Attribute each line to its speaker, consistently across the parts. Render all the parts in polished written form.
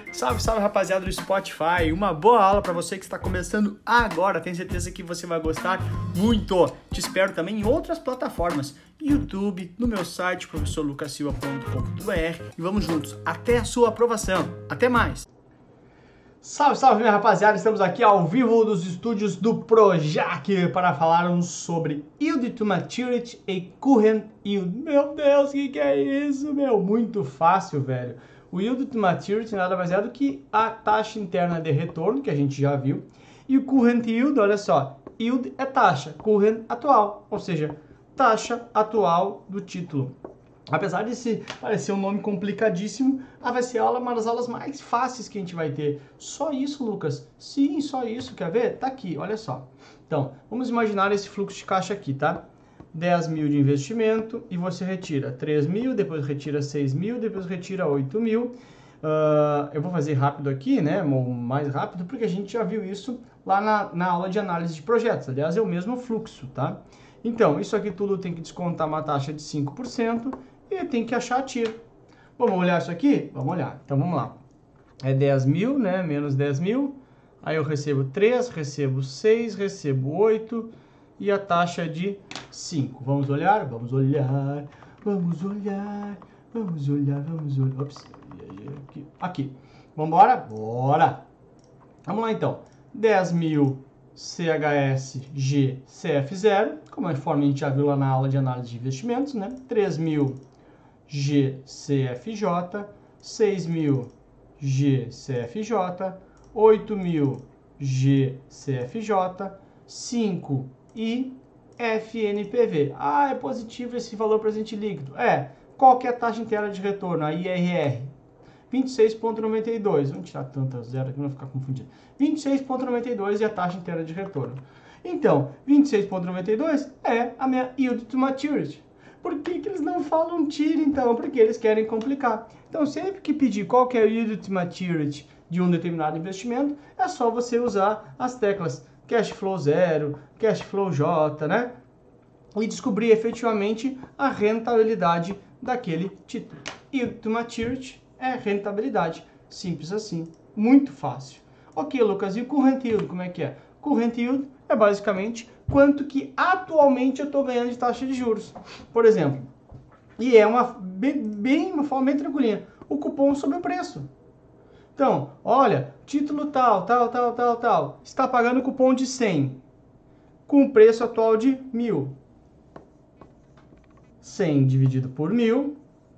Speaker 1: Salve, salve rapaziada do Spotify, uma boa aula para você que está começando agora, tenho certeza que você vai gostar muito. Te espero também em outras plataformas, YouTube, no meu site professorlucasilva.com.br e vamos juntos até a sua aprovação. Até mais! Salve, salve minha rapaziada, estamos aqui ao vivo dos estúdios do Projac para falarmos sobre Yield to Maturity e Current Yield. Meu Deus, o que é isso, meu? Muito fácil, velho. O Yield to Maturity nada mais é do que a taxa interna de retorno, que a gente já viu, e o Current Yield, olha só, Yield é taxa, Current atual, ou seja, taxa atual do título. Apesar de parecer um nome complicadíssimo, vai ser uma das aulas mais fáceis que a gente vai ter. Só isso, Lucas? Sim, só isso. Quer ver? Tá aqui, olha só. Então, vamos imaginar esse fluxo de caixa aqui, tá? 10 mil de investimento e você retira 3 mil, depois retira 6 mil, depois retira 8 mil. Eu vou fazer rápido aqui, né? Mais rápido, porque a gente já viu isso lá na aula de análise de projetos. Aliás, é o mesmo fluxo, tá? Então, isso aqui tudo tem que descontar uma taxa de 5%. E tem que achar a tiro. Vamos olhar isso aqui? Vamos olhar. Então, vamos lá. É 10 mil, né? Menos 10 mil. Aí eu recebo 3, recebo 6, recebo 8. E a taxa é de 5. Vamos olhar? Vamos olhar. Vamos olhar. Vamos olhar. Vamos olhar. Ops. Aqui. Vamos embora? Bora! Vamos lá, então. 10 mil CHSG CF0. Como a forma a gente já viu lá na aula de análise de investimentos, né? 3 mil GCFJ, 6.000 GCFJ, 8.000 GCFJ, 5 e FNPV. Ah, é positivo esse valor presente líquido. Qual que é a taxa interna de retorno, a IRR? 26,92. Vamos tirar tanta zero aqui, não ficar confundido. 26,92 é a taxa interna de retorno. Então, 26,92 é a minha Yield to Maturity. Por que eles não falam TIR, então? Porque eles querem complicar. Então, sempre que pedir qual que é o Yield to Maturity de um determinado investimento, é só você usar as teclas Cash Flow 0, Cash Flow J, né? E descobrir efetivamente a rentabilidade daquele título. Yield to Maturity é rentabilidade. Simples assim. Muito fácil. Ok, Lucas, e o Current Yield, como é que é? Current Yield é basicamente quanto que atualmente eu estou ganhando de taxa de juros. Por exemplo, e é uma forma bem tranquilinha, o cupom sobre o preço. Então, olha, título tal, está pagando cupom de 100, com o preço atual de 1.000. 100 dividido por 1.000,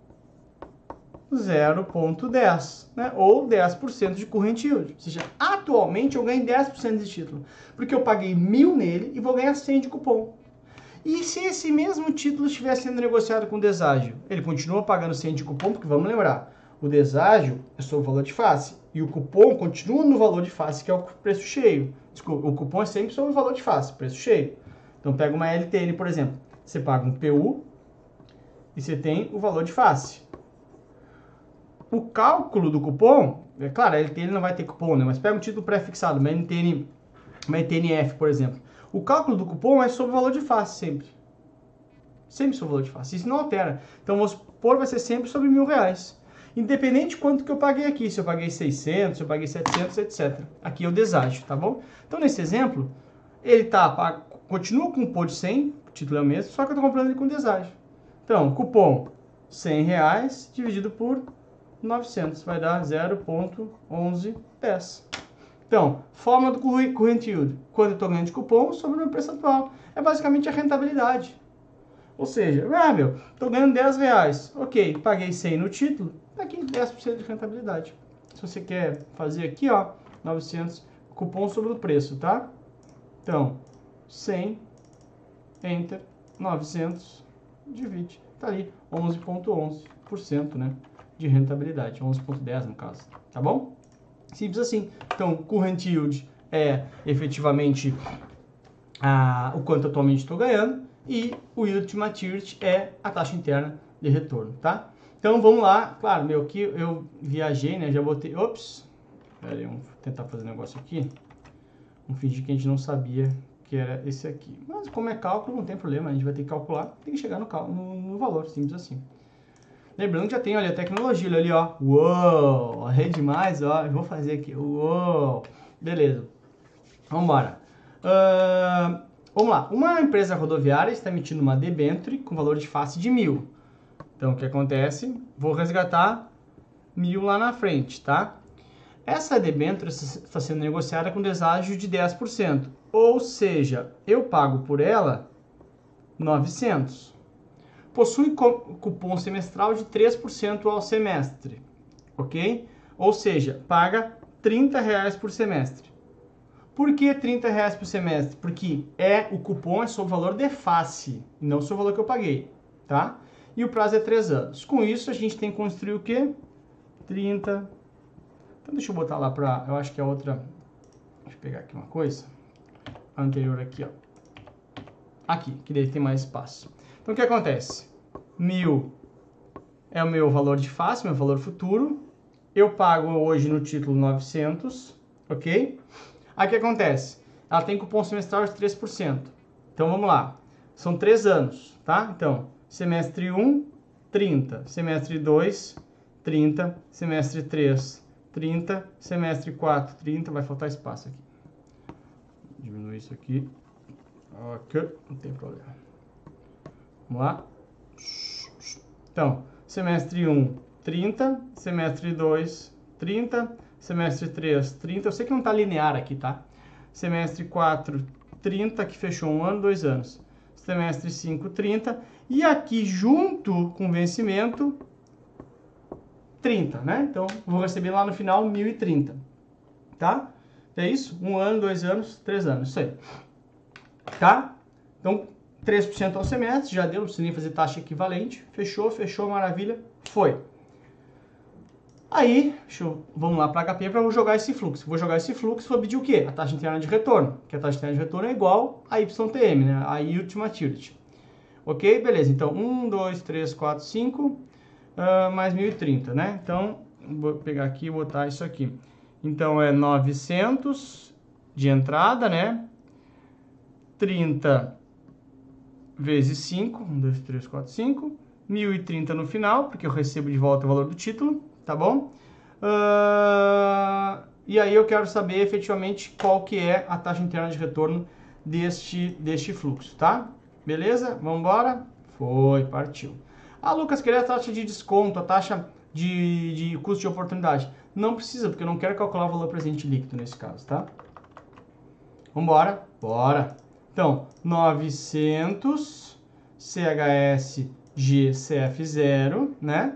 Speaker 1: 0,10, né? Ou 10% de current yield. Ou seja, atualmente eu ganho 10% de título, porque eu paguei 1.000 nele e vou ganhar 100 de cupom. E se esse mesmo título estivesse sendo negociado com deságio? Ele continua pagando 100 de cupom, porque vamos lembrar, o deságio é sobre o valor de face, e o cupom continua no valor de face, que é o preço cheio. Desculpa, o cupom é sempre sobre o valor de face, preço cheio. Então pega uma LTN, por exemplo, você paga um PU e você tem o valor de face. O cálculo do cupom, é claro, a LTN não vai ter cupom, né? Mas pega um título pré-fixado, uma NTNF, por exemplo. O cálculo do cupom é sobre o valor de face, sempre. Sempre sobre o valor de face. Isso não altera. Então, vamos supor, vai ser sempre sobre R$1.000. Independente de quanto que eu paguei aqui. Se eu paguei 600, se eu paguei 700, etc. Aqui é o deságio, tá bom? Então, nesse exemplo, ele continua com o cupom de 100, o título é o mesmo, só que eu estou comprando ele com deságio. Então, cupom R$100 dividido por 900, vai dar 0,1110. Então, fórmula do Current Yield, quando eu estou ganhando de cupom sobre o meu preço atual. É basicamente a rentabilidade. Ou seja, estou ganhando R$10. Ok, paguei 100 no título, tá aqui 10% de rentabilidade. Se você quer fazer aqui, ó, 900, cupom sobre o preço, tá? Então, 100, Enter, 900, divide, tá ali, 11,11%, né? De rentabilidade, 11,10 no caso, tá bom? Simples assim. Então, Current Yield é efetivamente o quanto atualmente estou ganhando e o Yield to Maturity é a taxa interna de retorno, tá? Então, vamos lá. Claro, aqui eu viajei, né? Já botei... Ops! Pera aí, vamos tentar fazer um negócio aqui. Vamos fingir que a gente não sabia que era esse aqui. Mas como é cálculo, não tem problema. A gente vai ter que calcular, tem que chegar no valor, simples assim. Lembrando que já tem ali a tecnologia, olha ali, ó. Uou, é demais, ó. Eu vou fazer aqui. Uou. Beleza. Vamos embora. Vamos lá. Uma empresa rodoviária está emitindo uma debênture com valor de face de 1.000. Então, o que acontece? Vou resgatar 1.000 lá na frente, tá? Essa debênture está sendo negociada com deságio de 10%. Ou seja, eu pago por ela 900. Possui cupom semestral de 3% ao semestre, ok? Ou seja, paga R$30 por semestre. Por que R$30 por semestre? Porque o cupom é sobre o valor de face, e não sobre o valor que eu paguei, tá? E o prazo é 3 anos. Com isso, a gente tem que construir o quê? 30. Então, deixa eu botar lá para... Eu acho que a outra... Deixa eu pegar aqui uma coisa. A anterior aqui, ó. Aqui, que daí tem mais espaço. Então, o que acontece? 1.000 é o meu valor de face, meu valor futuro. Eu pago hoje no título 900, ok? Aí o que acontece? Ela tem cupom semestral de 3%. Então, vamos lá. São 3 anos, tá? Então, semestre 1, 30. Semestre 2, 30. Semestre 3, 30. Semestre 4, 30. Vai faltar espaço aqui. Diminui isso aqui. Ok, não tem problema. Vamos lá. Então, semestre 1, 30. Semestre 2, 30. Semestre 3, 30. Eu sei que não está linear aqui, tá? Semestre 4, 30, que fechou 1 ano, 2 anos. Semestre 5, 30. E aqui, junto com o vencimento, 30, né? Então, vou receber lá no final 1.030, tá? É isso? 1 ano, 2 anos, 3 anos. Isso aí. Tá? Então, 3% ao semestre, já deu, não precisa nem fazer taxa equivalente. Fechou, fechou, maravilha, foi. Aí, vamos lá para HP para eu jogar esse fluxo. Vou jogar esse fluxo, vou pedir o quê? A taxa interna de retorno, que a taxa interna de retorno é igual a YTM, né? A Yield Maturity. Ok? Beleza, então 1, 2, 3, 4, 5, mais 1.030, né? Então, vou pegar aqui e botar isso aqui. Então, é 900 de entrada, né? 30 vezes 5, 1, 2, 3, 4, 5, 1.030 no final, porque eu recebo de volta o valor do título, tá bom? E aí eu quero saber efetivamente qual que é a taxa interna de retorno deste fluxo, tá? Beleza? Vamos embora? Foi, partiu. Ah, Lucas, queria a taxa de desconto, a taxa de custo de oportunidade. Não precisa, porque eu não quero calcular o valor presente líquido nesse caso, tá? Vamos embora? Bora! Então, 900 CHS GCF0, né?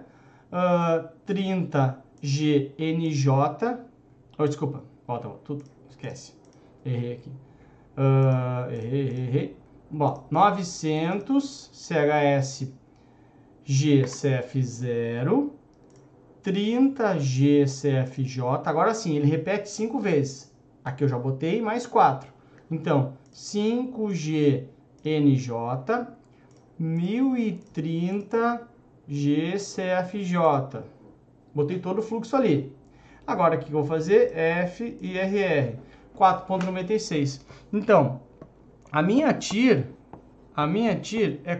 Speaker 1: 30 GNJ. Oh, desculpa, volta, tudo, esquece. Errei aqui. Errei. Bom, 900 CHS GCF0, 30 GCFJ. Agora sim, ele repete 5 vezes. Aqui eu já botei mais 4. Então, 5GNJ, 1030 GCFJ. Botei todo o fluxo ali. Agora, o que eu vou fazer? F e RR. 4,96. Então, a minha TIR é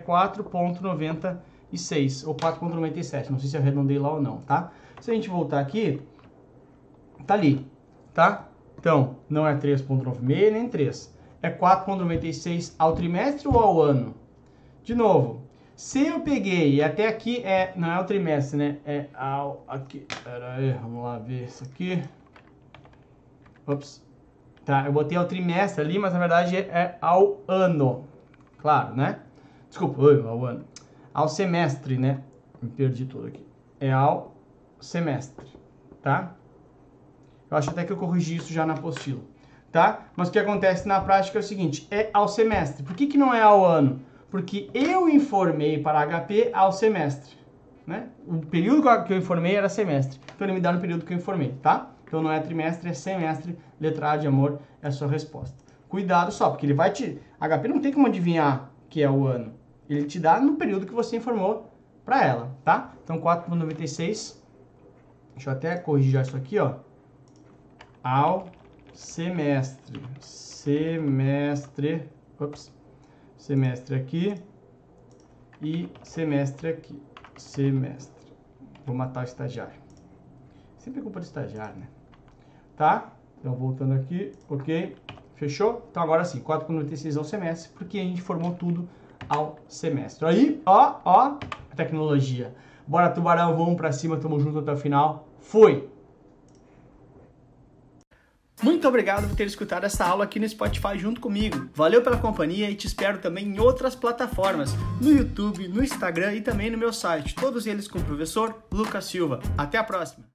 Speaker 1: 4,96 ou 4,97. Não sei se eu arredondei lá ou não, tá? Se a gente voltar aqui, tá ali, tá? Então, não é 3,96 nem 3. É 4,96 ao trimestre ou ao ano? De novo, se eu peguei, e até aqui não é o trimestre, né? É ao... Aqui, pera aí, vamos lá ver isso aqui. Ops. Tá, eu botei ao trimestre ali, mas na verdade é ao ano. Claro, né? Desculpa, ao ano. Ao semestre, né? Me perdi tudo aqui. É ao semestre, tá? Eu acho até que eu corrigi isso já na apostila, tá? Mas o que acontece na prática é o seguinte, é ao semestre. Por que não é ao ano? Porque eu informei para HP ao semestre, né? O período que eu informei era semestre. Então ele me dá no período que eu informei, tá? Então não é trimestre, é semestre. Letra A de amor é a sua resposta. Cuidado só, porque ele vai te... HP não tem como adivinhar que é o ano. Ele te dá no período que você informou para ela, tá? Então 4,96. Deixa eu até corrigir isso aqui, ó. Ao semestre. Semestre. Ops. Semestre aqui. E semestre aqui. Semestre. Vou matar o estagiário. Sempre é culpa do estagiário, né? Tá? Então, voltando aqui, ok. Fechou? Então, agora sim, 4,96 ao semestre, porque a gente formou tudo ao semestre. Aí, ó, a tecnologia. Bora, tubarão, vamos pra cima, tamo junto até o final. Fui! Muito obrigado por ter escutado essa aula aqui no Spotify junto comigo. Valeu pela companhia e te espero também em outras plataformas, no YouTube, no Instagram e também no meu site, todos eles com o professor Lucas Silva. Até a próxima!